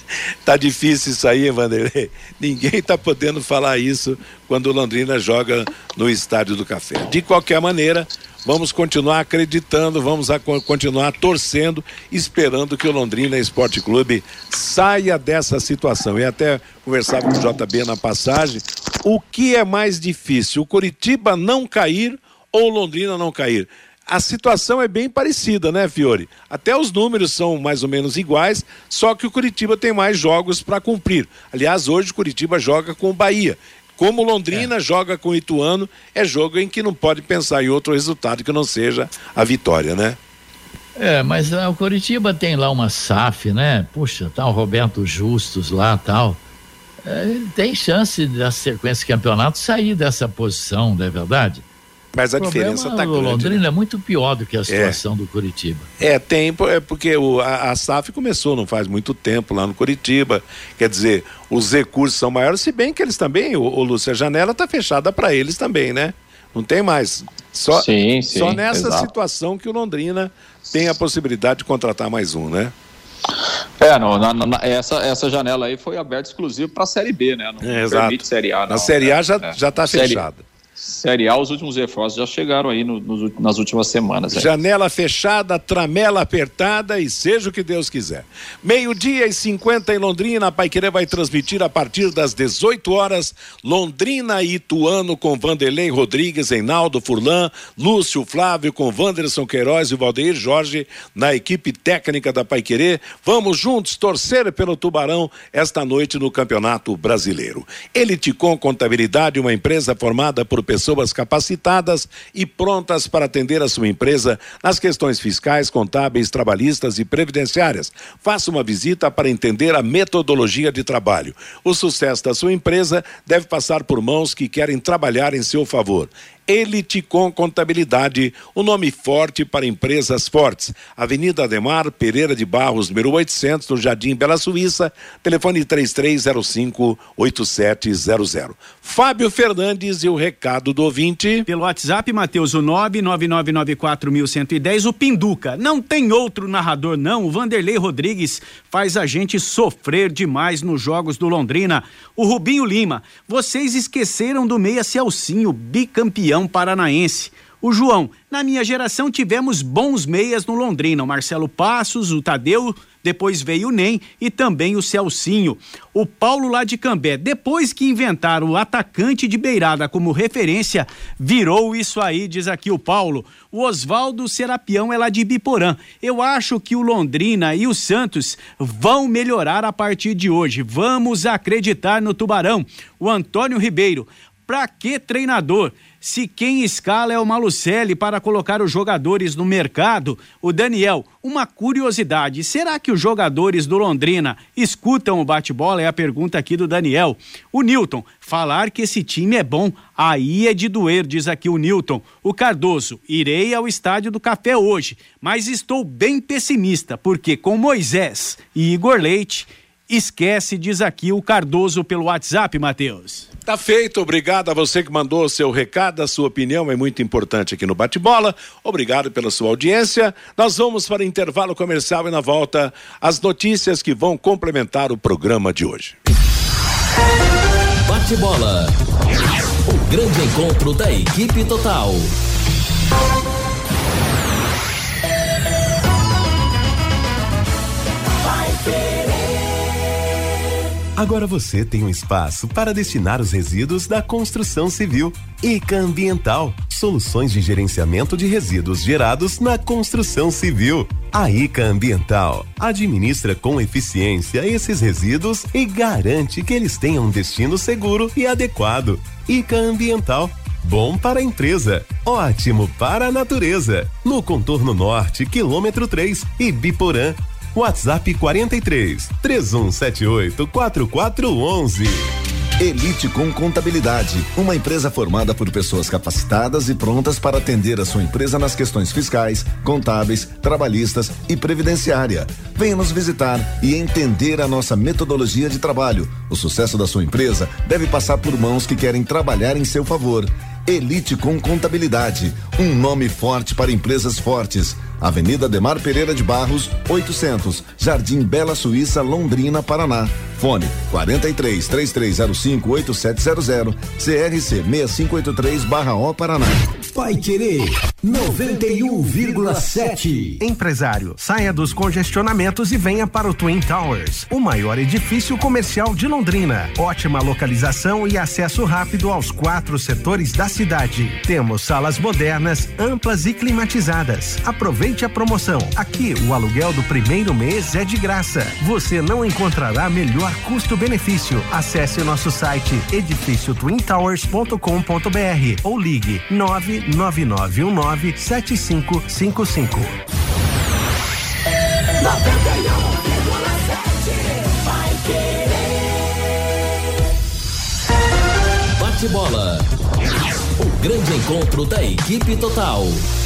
Tá difícil isso aí, Vanderlei. Ninguém tá podendo falar isso quando o Londrina joga no Estádio do Café. De qualquer maneira, vamos continuar acreditando, vamos a, continuar torcendo, esperando que o Londrina Esporte Clube saia dessa situação. E até conversava com o J B na passagem, o que é mais difícil, o Coritiba não cair ou o Londrina não cair? A situação é bem parecida, né, Fiore? Até os números são mais ou menos iguais, só que o Coritiba tem mais jogos para cumprir. Aliás, hoje o Coritiba joga com o Bahia. Como o Londrina é. joga com o Ituano, é jogo em que não pode pensar em outro resultado que não seja a vitória, né? É, mas uh, o Coritiba tem lá uma S A F, né? Puxa, tá o Roberto Justus lá, tal. É, ele tem chance da sequência de campeonato sair dessa posição, não é verdade? Mas a diferença está grande. O Londrina né? é muito pior do que a situação é. do Coritiba. É, tem, é porque o, a, a S A F começou não faz muito tempo lá no Coritiba, quer dizer, os recursos são maiores, se bem que eles também, o, o Lúcio, a janela está fechada para eles também, né? Não tem mais. Só, sim, sim, só nessa exato. situação que o Londrina tem a possibilidade de contratar mais um, né? É, não, na, na, essa, essa janela aí foi aberta exclusiva para a Série B, né? Não é, permite Série A, não. Na Série A já, é. já tá fechada. Série A, os últimos reforços já chegaram aí no, no, nas últimas semanas. Aí. Janela fechada, tramela apertada e seja o que Deus quiser. Meio-dia e cinquenta em Londrina, a Paiquerê vai transmitir a partir das dezoito horas, Londrina e Ituano com Vanderlei Rodrigues, Reinaldo Furlan, Lúcio Flávio com Wanderson Queiroz e Valdeir Jorge na equipe técnica da Paiquerê. Vamos juntos torcer pelo Tubarão esta noite no Campeonato Brasileiro. Eliticom Contabilidade, uma empresa formada por pessoas capacitadas e prontas para atender a sua empresa nas questões fiscais, contábeis, trabalhistas e previdenciárias. Faça uma visita para entender a metodologia de trabalho. O sucesso da sua empresa deve passar por mãos que querem trabalhar em seu favor. Eliticom Contabilidade, o um nome forte para empresas fortes. Avenida Ademar Pereira de Barros, número oitocentos, no Jardim Bela Suíça, telefone três três zero cinco, oito sete zero zero. Fábio Fernandes e o recado do ouvinte. Pelo WhatsApp, Matheus, o nove nove nove nove quatro um um zero, o Pinduca. Não tem outro narrador, não. O Vanderlei Rodrigues faz a gente sofrer demais nos jogos do Londrina. O Rubinho Lima, vocês esqueceram do meia Celcinho, bicampeão paranaense. O João, na minha geração tivemos bons meias no Londrina, o Marcelo Passos, o Tadeu, depois veio o Nem e também o Celcinho. O Paulo lá de Cambé, depois que inventaram o atacante de beirada como referência, virou isso aí, diz aqui o Paulo. O Oswaldo Serapião é lá de Ibiporã. Eu acho que o Londrina e o Santos vão melhorar a partir de hoje. Vamos acreditar no Tubarão. O Antônio Ribeiro, Pra que treinador? Se quem escala é o Malucelli para colocar os jogadores no mercado, o Daniel, uma curiosidade, será que os jogadores do Londrina escutam o bate-bola? É a pergunta aqui do Daniel. O Newton, falar que esse time é bom, aí é de doer, diz aqui o Newton. O Cardoso, irei ao Estádio do Café hoje, mas estou bem pessimista, porque com Moisés e Igor Leite, esquece, diz aqui o Cardoso pelo WhatsApp, Matheus. Tá feito, obrigado a você que mandou o seu recado, a sua opinião é muito importante aqui no Bate-Bola. Obrigado pela sua audiência. Nós vamos para intervalo comercial e na volta as notícias que vão complementar o programa de hoje. Bate-Bola. O grande encontro da equipe total. Agora você tem um espaço para destinar os resíduos da construção civil. Ica Ambiental, soluções de gerenciamento de resíduos gerados na construção civil. A Ica Ambiental administra com eficiência esses resíduos e garante que eles tenham um destino seguro e adequado. Ica Ambiental, bom para a empresa, ótimo para a natureza. No contorno norte, quilômetro três, Ibiporã. WhatsApp quarenta e três, três um sete oito, quatro quatro um um. Elite com Contabilidade, uma empresa formada por pessoas capacitadas e prontas para atender a sua empresa nas questões fiscais, contábeis, trabalhistas e previdenciária. Venha nos visitar e entender a nossa metodologia de trabalho. O sucesso da sua empresa deve passar por mãos que querem trabalhar em seu favor. Elite com Contabilidade, um nome forte para empresas fortes. Avenida Ademar Pereira de Barros, oitocentos, Jardim Bela Suíça, Londrina, Paraná. Fone quarenta e três, três três zero cinco, oito sete zero zero, C R C seis cinco oito três barra O Paraná. Paiquerê noventa e um vírgula sete. Empresário, saia dos congestionamentos e venha para o Twin Towers, o maior edifício comercial de Londrina. Ótima localização e acesso rápido aos quatro setores da cidade. Temos salas modernas, amplas e climatizadas. Aproveite a promoção. Aqui o aluguel do primeiro mês é de graça. Você não encontrará melhor custo-benefício. Acesse nosso site edifício twin towers ponto com ponto br ou ligue nove nove nove um nove sete cinco cinco cinco. Bate-Bola. O grande encontro da equipe total.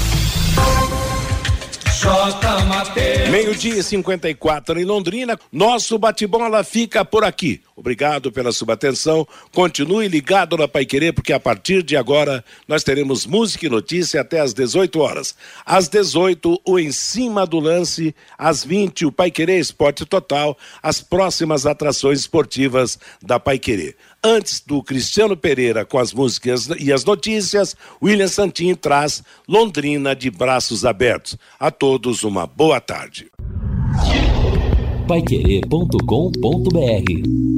Meio-dia e cinquenta e quatro em Londrina. Nosso bate-bola fica por aqui. Obrigado pela sua atenção. Continue ligado na Paiquerê, porque a partir de agora nós teremos música e notícia até às dezoito horas. Às dezoito, o Em Cima do Lance. Às vinte, o Paiquerê Esporte Total. As próximas atrações esportivas da Paiquerê. Antes do Cristiano Pereira com as músicas e as notícias, William Santin traz Londrina de braços abertos. A todos uma boa tarde. paiquerê ponto com ponto br